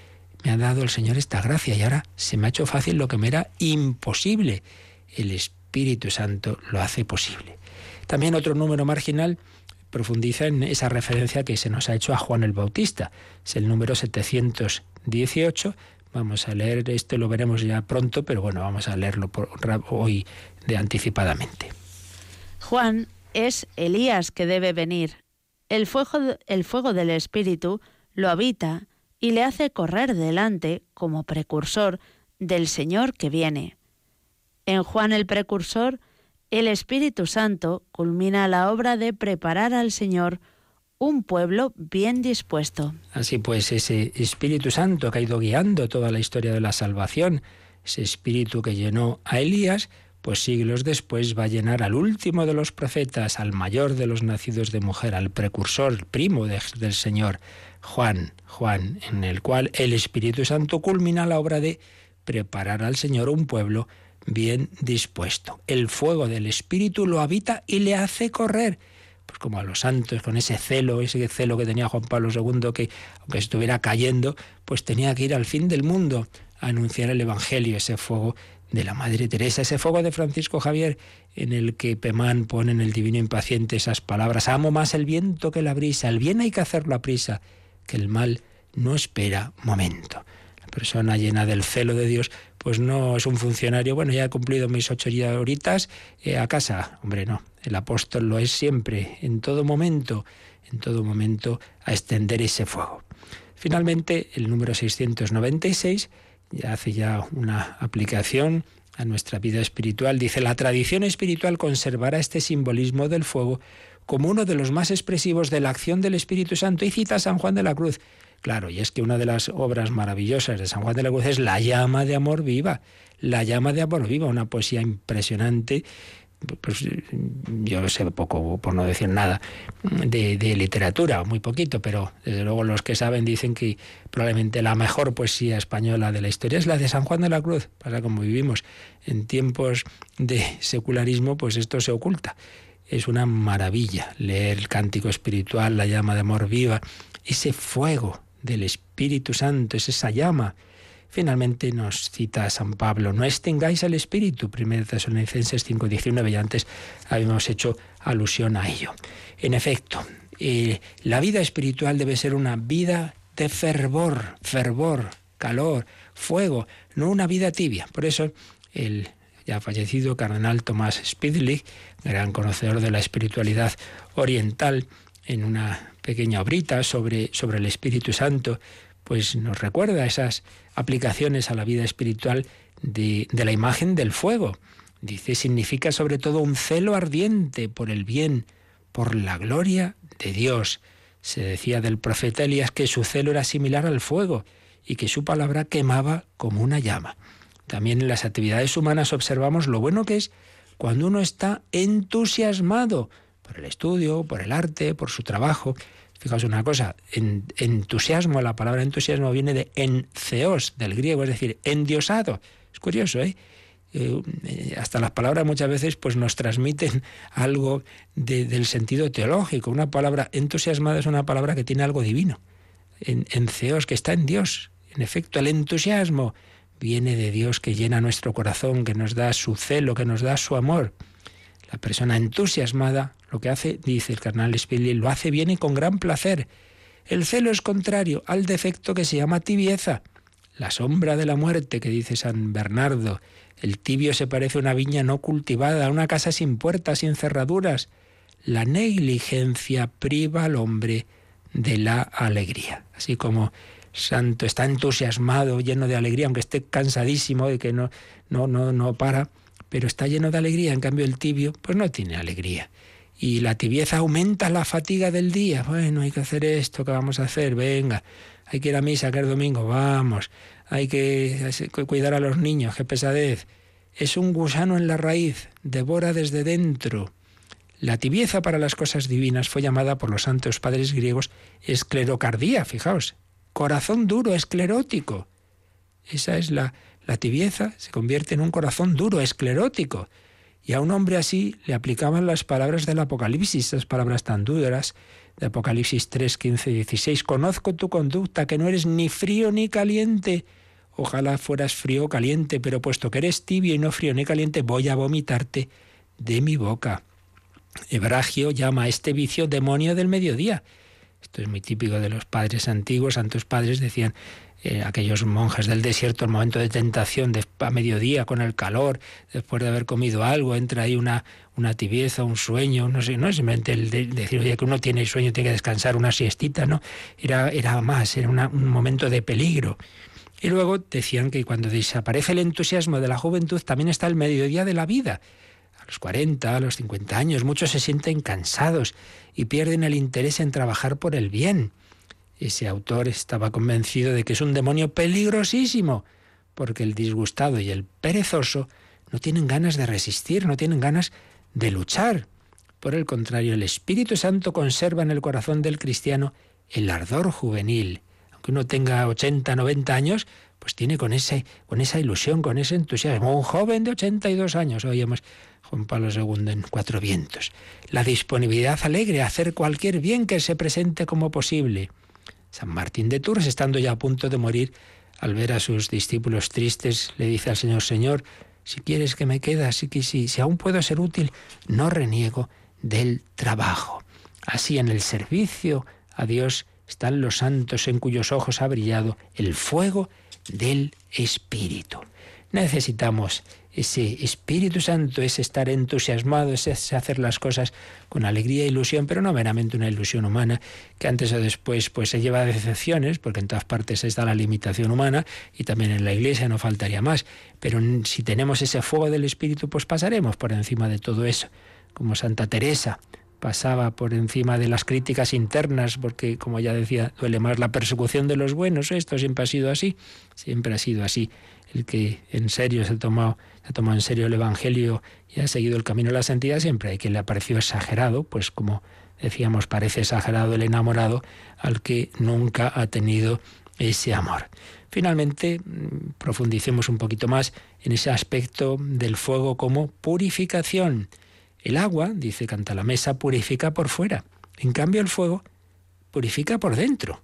me ha dado el Señor esta gracia y ahora se me ha hecho fácil lo que me era imposible. El Espíritu Santo lo hace posible. También otro número marginal profundiza en esa referencia que se nos ha hecho a Juan el Bautista. Es el número 718. Vamos a leer esto, lo veremos ya pronto, pero bueno, vamos a leerlo hoy anticipadamente. Juan es Elías que debe venir. El fuego del Espíritu lo habita y le hace correr delante como precursor del Señor que viene. En Juan el precursor, el Espíritu Santo culmina la obra de preparar al Señor un pueblo bien dispuesto. Así pues, ese Espíritu Santo que ha ido guiando toda la historia de la salvación, ese Espíritu que llenó a Elías, pues siglos después va a llenar al último de los profetas, al mayor de los nacidos de mujer, al precursor, el primo del Señor, Juan, en el cual el Espíritu Santo culmina la obra de preparar al Señor un pueblo bien dispuesto. El fuego del Espíritu lo habita y le hace correr, pues como a los santos, con ese celo que tenía Juan Pablo II, que aunque estuviera cayendo, pues tenía que ir al fin del mundo a anunciar el Evangelio, ese fuego de la Madre Teresa, ese fuego de Francisco Javier, en el que Pemán pone en el Divino Impaciente esas palabras: amo más el viento que la brisa, el bien hay que hacerlo a prisa, que el mal no espera momento. La persona llena del celo de Dios, pues no es un funcionario, bueno, ya he cumplido mis 8 horitas, a casa. Hombre, no, el apóstol lo es siempre, en todo momento, a extender ese fuego. Finalmente, el número 696, ya hace ya una aplicación a nuestra vida espiritual. Dice: la tradición espiritual conservará este simbolismo del fuego como uno de los más expresivos de la acción del Espíritu Santo. Y cita a San Juan de la Cruz. Claro, y es que una de las obras maravillosas de San Juan de la Cruz es La llama de amor viva. La llama de amor viva, una poesía impresionante. Pues yo sé poco, por no decir nada, de literatura, muy poquito, pero desde luego los que saben dicen que probablemente la mejor poesía española de la historia es la de San Juan de la Cruz. Pasa, como vivimos en tiempos de secularismo, pues esto se oculta. Es una maravilla leer el cántico espiritual, La llama de amor viva, ese fuego del Espíritu Santo, es esa llama. Finalmente nos cita San Pablo: no extingáis el Espíritu, 1 Tesalonicenses 5:19, y antes habíamos hecho alusión a ello. En efecto, la vida espiritual debe ser una vida de fervor, calor, fuego, no una vida tibia. Por eso el ya fallecido cardenal Tomás Spidlich, gran conocedor de la espiritualidad oriental, en una pequeña obrita sobre el Espíritu Santo, pues nos recuerda esas aplicaciones a la vida espiritual de la imagen del fuego. Dice: significa sobre todo un celo ardiente por el bien, por la gloria de Dios. Se decía del profeta Elías que su celo era similar al fuego y que su palabra quemaba como una llama. También en las actividades humanas observamos lo bueno que es cuando uno está entusiasmado por el estudio, por el arte, por su trabajo. Fijaos una cosa, entusiasmo, la palabra entusiasmo viene de entheos, del griego, es decir, endiosado. Es curioso, ¿eh? Hasta las palabras muchas veces pues nos transmiten algo del sentido teológico. Una palabra entusiasmada es una palabra que tiene algo divino. Entheos, que está en Dios. En efecto, el entusiasmo viene de Dios, que llena nuestro corazón, que nos da su celo, que nos da su amor. La persona entusiasmada lo que hace, dice el cardenal Spidlich, lo hace bien y con gran placer. El celo es contrario al defecto que se llama tibieza, la sombra de la muerte, que dice San Bernardo. El tibio se parece a una viña no cultivada, a una casa sin puertas, sin cerraduras. La negligencia priva al hombre de la alegría. Así como santo está entusiasmado, lleno de alegría, aunque esté cansadísimo y que no para, pero está lleno de alegría. En cambio el tibio pues no tiene alegría. Y la tibieza aumenta la fatiga del día. Bueno, hay que hacer esto, ¿qué vamos a hacer? Venga, hay que ir a misa, que es domingo, vamos. Hay que cuidar a los niños, qué pesadez. Es un gusano en la raíz, devora desde dentro. La tibieza para las cosas divinas fue llamada por los santos padres griegos esclerocardía, fijaos. Corazón duro, esclerótico. Esa es la tibieza, se convierte en un corazón duro, esclerótico. Y a un hombre así le aplicaban las palabras del Apocalipsis, esas palabras tan duras de Apocalipsis 3, 15 y 16. Conozco tu conducta, que no eres ni frío ni caliente. Ojalá fueras frío o caliente, pero puesto que eres tibio y no frío ni caliente, voy a vomitarte de mi boca. Ebragio llama a este vicio demonio del mediodía. Esto es muy típico de los padres antiguos. Santos padres decían, aquellos monjes del desierto, el momento de tentación, a mediodía, con el calor, después de haber comido algo, entra ahí una tibieza, un sueño, no sé, no es simplemente el de decir, oye, que uno tiene sueño, tiene que descansar, una siestita, ¿no? Era un momento de peligro. Y luego decían que cuando desaparece el entusiasmo de la juventud, también está el mediodía de la vida. A los 40, a los 50 años, muchos se sienten cansados y pierden el interés en trabajar por el bien. Ese autor estaba convencido de que es un demonio peligrosísimo, porque el disgustado y el perezoso no tienen ganas de resistir, no tienen ganas de luchar. Por el contrario, el Espíritu Santo conserva en el corazón del cristiano el ardor juvenil. Aunque uno tenga 80, 90 años, pues tiene con esa ilusión, con ese entusiasmo. Un joven de 82 años, oíamos Juan Pablo II en Cuatro Vientos. La disponibilidad alegre a hacer cualquier bien que se presente como posible. San Martín de Tours, estando ya a punto de morir, al ver a sus discípulos tristes, le dice al Señor, Señor, si quieres que me quede, si aún puedo ser útil, no reniego del trabajo. Así en el servicio a Dios están los santos en cuyos ojos ha brillado el fuego del Espíritu. Necesitamos ese Espíritu Santo, ese estar entusiasmado, ese hacer las cosas con alegría e ilusión, pero no meramente una ilusión humana que antes o después pues se lleva a decepciones, porque en todas partes está la limitación humana y también en la Iglesia no faltaría más. Pero si tenemos ese fuego del Espíritu, pues pasaremos por encima de todo eso, como Santa Teresa pasaba por encima de las críticas internas, porque, como ya decía, duele más la persecución de los buenos. Esto siempre ha sido así, siempre ha sido así. El que en serio se ha tomado en serio el Evangelio y ha seguido el camino de la santidad, siempre hay quien le ha parecido exagerado, pues como decíamos, parece exagerado el enamorado al que nunca ha tenido ese amor. Finalmente, profundicemos un poquito más en ese aspecto del fuego como purificación. El agua, dice Cantalamessa, purifica por fuera. En cambio, el fuego purifica por dentro.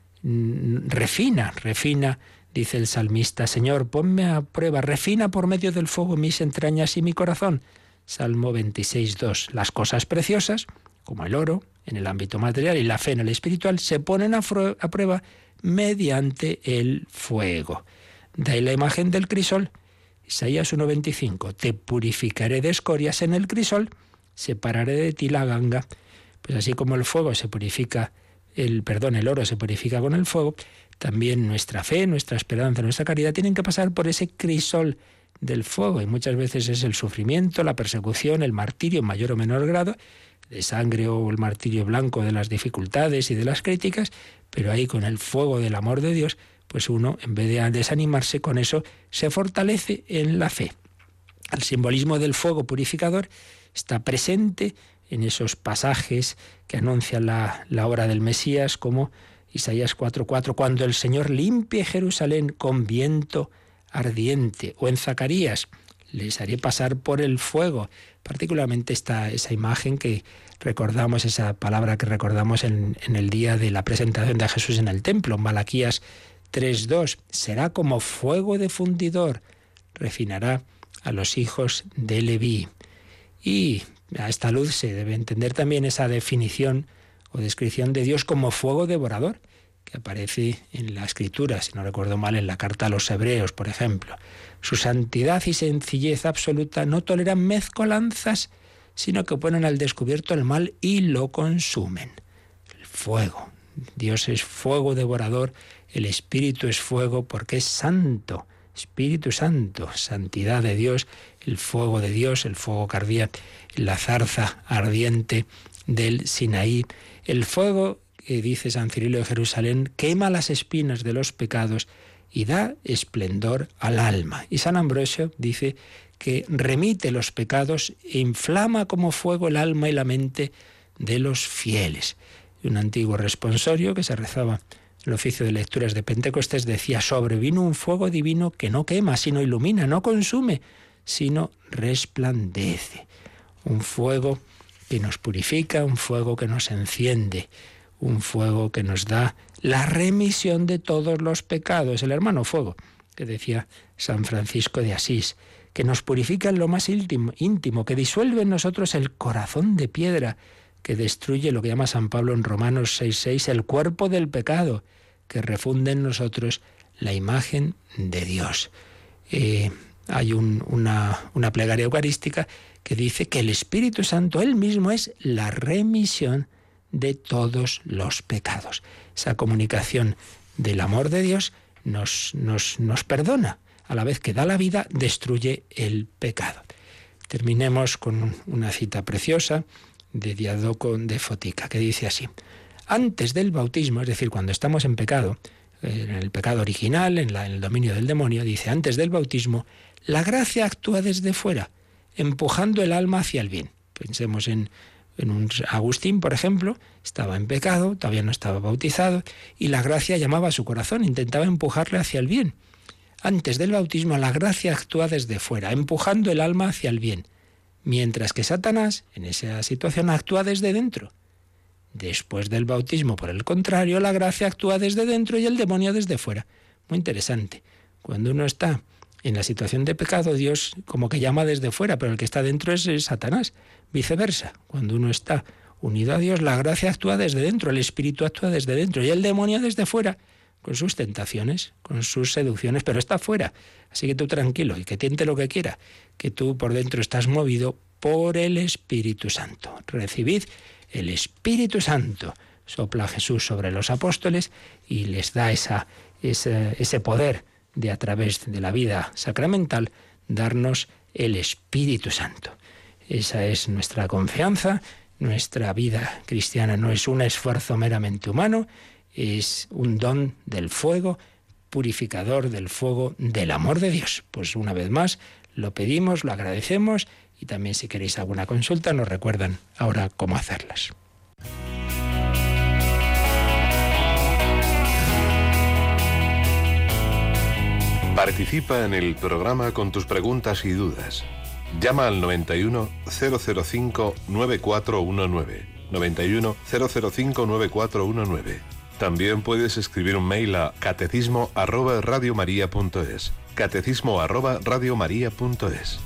Refina, dice el salmista. Señor, ponme a prueba, refina por medio del fuego mis entrañas y mi corazón. Salmo 26:2. Las cosas preciosas, como el oro, en el ámbito material, y la fe en el espiritual, se ponen a prueba mediante el fuego. De ahí la imagen del crisol. Isaías 1:25, te purificaré de escorias en el crisol, separaré de ti la ganga. Pues así como el fuego se purifica, el oro se purifica con el fuego, también nuestra fe, nuestra esperanza, nuestra caridad tienen que pasar por ese crisol del fuego. Y muchas veces es el sufrimiento, la persecución, el martirio en mayor o menor grado, de sangre o el martirio blanco de las dificultades y de las críticas, pero ahí con el fuego del amor de Dios, pues uno, en vez de desanimarse con eso, se fortalece en la fe. El simbolismo del fuego purificador está presente en esos pasajes que anuncian la hora del Mesías, como Isaías 4:4, cuando el Señor limpie Jerusalén con viento ardiente, o en Zacarías, les haré pasar por el fuego. Particularmente esa imagen que recordamos, esa palabra que recordamos en el día de la presentación de Jesús en el templo, Malaquías 3:2, será como fuego de fundidor, refinará a los hijos de Leví. Y a esta luz se debe entender también esa definición o descripción de Dios como fuego devorador, que aparece en la Escritura, si no recuerdo mal, en la carta a los Hebreos, por ejemplo. Su santidad y sencillez absoluta no toleran mezcolanzas, sino que ponen al descubierto el mal y lo consumen. El fuego. Dios es fuego devorador, el Espíritu es fuego porque es santo. Espíritu Santo, santidad de Dios, el fuego de Dios, el fuego que ardía en la zarza ardiente del Sinaí. El fuego, que dice San Cirilo de Jerusalén, quema las espinas de los pecados y da esplendor al alma. Y San Ambrosio dice que remite los pecados e inflama como fuego el alma y la mente de los fieles. Y un antiguo responsorio que se rezaba en el oficio de lecturas de Pentecostés decía, sobrevino un fuego divino que no quema, sino ilumina, no consume, sino resplandece. Un fuego que nos purifica, un fuego que nos enciende, un fuego que nos da la remisión de todos los pecados. El hermano fuego, que decía San Francisco de Asís, que nos purifica en lo más íntimo, que disuelve en nosotros el corazón de piedra, que destruye lo que llama San Pablo en Romanos 6:6, el cuerpo del pecado, que refunde en nosotros la imagen de Dios. Hay una plegaria eucarística que dice que el Espíritu Santo, Él mismo, es la remisión de todos los pecados. Esa comunicación del amor de Dios nos perdona. A la vez que da la vida, destruye el pecado. Terminemos con una cita preciosa de Diadoco de Fotica, que dice así: antes del bautismo, es decir, cuando estamos en pecado, en el pecado original, en el dominio del demonio, dice, antes del bautismo, la gracia actúa desde fuera, empujando el alma hacia el bien. Pensemos en un Agustín, por ejemplo, estaba en pecado, todavía no estaba bautizado, y la gracia llamaba a su corazón, intentaba empujarle hacia el bien. Antes del bautismo, la gracia actúa desde fuera, empujando el alma hacia el bien, mientras que Satanás, en esa situación, actúa desde dentro. Después del bautismo, por el contrario, la gracia actúa desde dentro y el demonio desde fuera. Muy interesante. Cuando uno está en la situación de pecado, Dios como que llama desde fuera, pero el que está dentro es Satanás. Viceversa, cuando uno está unido a Dios, la gracia actúa desde dentro, el Espíritu actúa desde dentro y el demonio desde fuera, con sus tentaciones, con sus seducciones, pero está fuera. Así que tú tranquilo, y que tiente lo que quiera, que tú por dentro estás movido por el Espíritu Santo. Recibid el Espíritu Santo. Sopla Jesús sobre los apóstoles y les da ese poder de, a través de la vida sacramental, darnos el Espíritu Santo. Esa es nuestra confianza. Nuestra vida cristiana no es un esfuerzo meramente humano, es un don del fuego, purificador del fuego del amor de Dios. Pues una vez más lo pedimos, lo agradecemos, y también si queréis alguna consulta nos recuerdan ahora cómo hacerlas. Participa en el programa con tus preguntas y dudas. Llama al 91 005 9419. 91 005 9419. También puedes escribir un mail a catecismo@radiomaria.es. catecismo@radiomaria.es.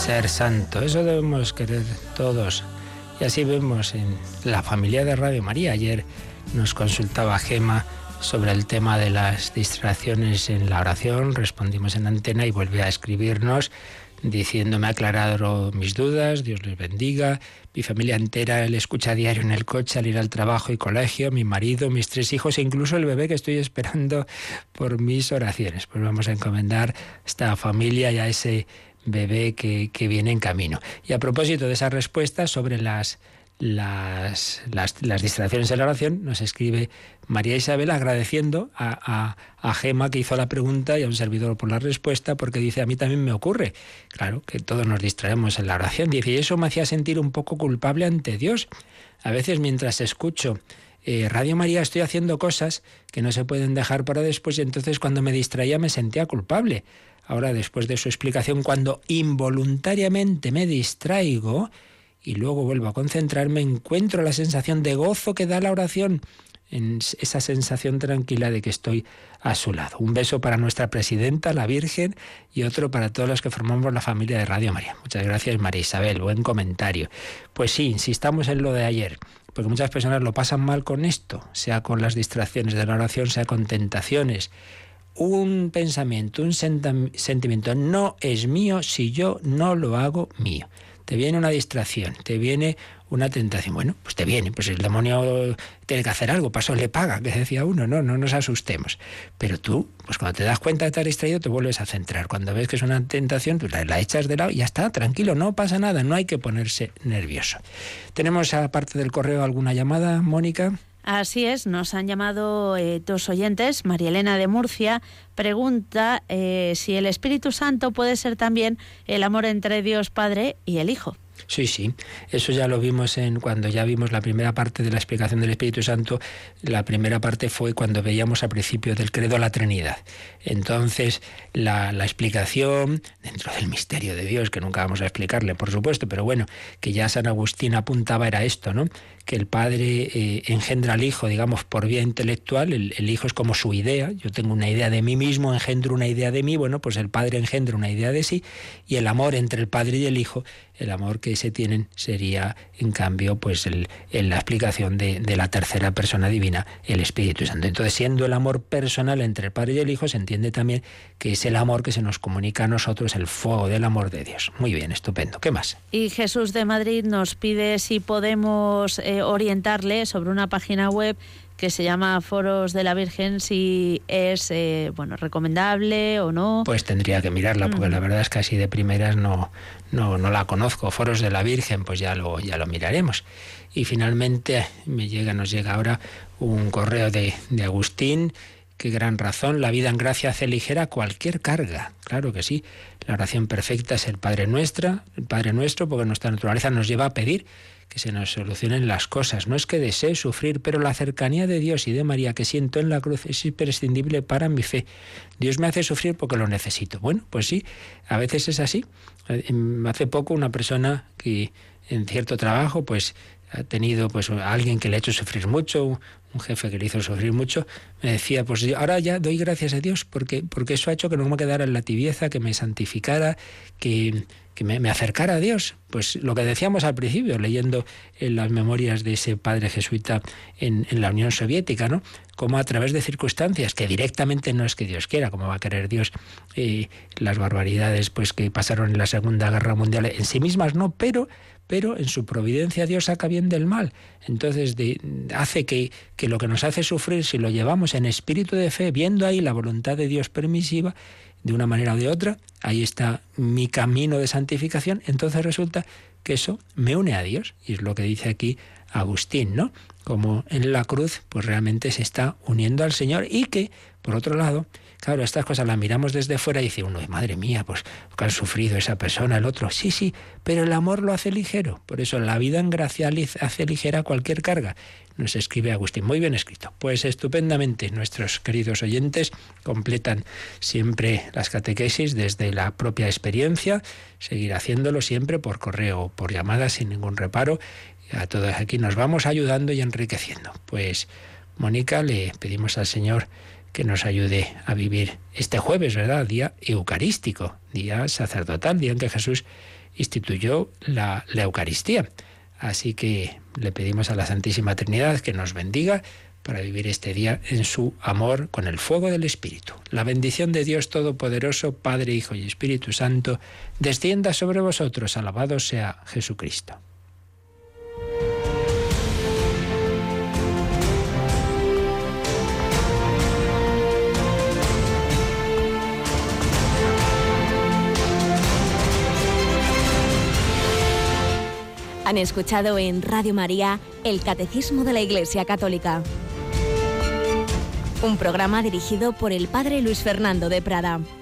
ser santo. Eso debemos querer todos. Y así vemos en la familia de Radio María. Ayer nos consultaba Gema sobre el tema de las distracciones en la oración. Respondimos en antena y volvió a escribirnos diciéndome: ha aclarado mis dudas, Dios les bendiga. Mi familia entera le escucha a diario en el coche al ir al trabajo y colegio, mi marido, mis 3 hijos e incluso el bebé que estoy esperando por mis oraciones. Pues vamos a encomendar esta familia y a ese bebé que viene en camino. Y a propósito de esa respuesta sobre las distracciones en la oración, nos escribe María Isabel agradeciendo a Gema, que hizo la pregunta, y a un servidor por la respuesta, porque dice: a mí también me ocurre. Claro, que todos nos distraemos en la oración. Dice: y eso me hacía sentir un poco culpable ante Dios. A veces mientras escucho Radio María estoy haciendo cosas que no se pueden dejar para después, y entonces cuando me distraía me sentía culpable. Ahora, después de su explicación, cuando involuntariamente me distraigo y luego vuelvo a concentrarme, encuentro la sensación de gozo que da la oración, en esa sensación tranquila de que estoy a su lado. Un beso para nuestra presidenta, la Virgen, y otro para todos los que formamos la familia de Radio María. Muchas gracias, María Isabel, buen comentario. Pues sí, insistamos en lo de ayer, porque muchas personas lo pasan mal con esto, sea con las distracciones de la oración, sea con tentaciones. Un pensamiento, un sentimiento no es mío si yo no lo hago mío. Te viene una distracción, te viene una tentación. Bueno, pues te viene, pues el demonio tiene que hacer algo, para eso le paga, que decía uno, no nos asustemos. Pero tú, pues cuando te das cuenta de estar distraído, te vuelves a centrar. Cuando ves que es una tentación, tú la echas de lado y ya está, tranquilo, no pasa nada, no hay que ponerse nervioso. ¿Tenemos, aparte del correo, alguna llamada, Mónica? Así es, nos han llamado 2 oyentes. María Elena de Murcia pregunta si el Espíritu Santo puede ser también el amor entre Dios Padre y el Hijo. Sí, eso ya lo vimos cuando ya vimos la primera parte de la explicación del Espíritu Santo. La primera parte fue cuando veíamos al principio del credo la Trinidad. Entonces, la explicación, dentro del misterio de Dios, que nunca vamos a explicarle, por supuesto, pero bueno, que ya San Agustín apuntaba, era esto, ¿no? Que el Padre engendra al Hijo, digamos, por vía intelectual. El Hijo es como su idea. Yo tengo una idea de mí mismo, engendro una idea de mí. Bueno, pues el Padre engendra una idea de sí, y el amor entre el Padre y el Hijo, el amor que se tienen, sería, en cambio, pues en la explicación de la tercera persona divina, el Espíritu Santo. Entonces, siendo el amor personal entre el Padre y el Hijo, se entiende también que es el amor que se nos comunica a nosotros, el fuego del amor de Dios. Muy bien, estupendo. ¿Qué más? Y Jesús de Madrid nos pide si podemos orientarle sobre una página web que se llama Foros de la Virgen, si es recomendable o no. Pues tendría que mirarla, porque la verdad es que así de primeras no la conozco. Foros de la Virgen, pues ya lo miraremos. Y finalmente nos llega ahora un correo de Agustín. Qué gran razón, la vida en gracia hace ligera cualquier carga. Claro que sí, la oración perfecta es el Padre Nuestro, porque nuestra naturaleza nos lleva a pedir que se nos solucionen las cosas. No es que desee sufrir, pero la cercanía de Dios y de María que siento en la cruz es imprescindible para mi fe. Dios me hace sufrir porque lo necesito. Bueno, pues sí, a veces es así. Hace poco una persona que en cierto trabajo pues ha tenido pues a alguien que le ha hecho sufrir mucho, un jefe que le hizo sufrir mucho, me decía, pues ahora ya doy gracias a Dios porque eso ha hecho que no me quedara en la tibieza, que me santificara, que me acercara a Dios. Pues lo que decíamos al principio, leyendo en las memorias de ese padre jesuita en la Unión Soviética, ¿no? Como a través de circunstancias que directamente no es que Dios quiera, como va a querer Dios, las barbaridades pues que pasaron en la Segunda Guerra Mundial en sí mismas, no, pero en su providencia Dios saca bien del mal. Entonces hace que lo que nos hace sufrir, si lo llevamos en espíritu de fe, viendo ahí la voluntad de Dios permisiva, de una manera o de otra, ahí está mi camino de santificación, entonces resulta que eso me une a Dios. Y es lo que dice aquí Agustín, ¿no? Como en la cruz, pues realmente se está uniendo al Señor, y que, por otro lado, claro, estas cosas las miramos desde fuera y dice uno, madre mía, pues que han sufrido esa persona, el otro. Sí, pero el amor lo hace ligero. Por eso la vida en gracia hace ligera cualquier carga. Nos escribe Agustín, muy bien escrito. Pues estupendamente, nuestros queridos oyentes completan siempre las catequesis desde la propia experiencia, seguir haciéndolo siempre por correo o por llamada sin ningún reparo. A todos aquí nos vamos ayudando y enriqueciendo. Pues, Mónica, le pedimos al Señor que nos ayude a vivir este jueves, ¿verdad? Día eucarístico, día sacerdotal, día en que Jesús instituyó la Eucaristía. Así que le pedimos a la Santísima Trinidad que nos bendiga para vivir este día en su amor con el fuego del Espíritu. La bendición de Dios Todopoderoso, Padre, Hijo y Espíritu Santo, descienda sobre vosotros. Alabado sea Jesucristo. Han escuchado en Radio María el Catecismo de la Iglesia Católica. Un programa dirigido por el Padre Luis Fernando de Prada.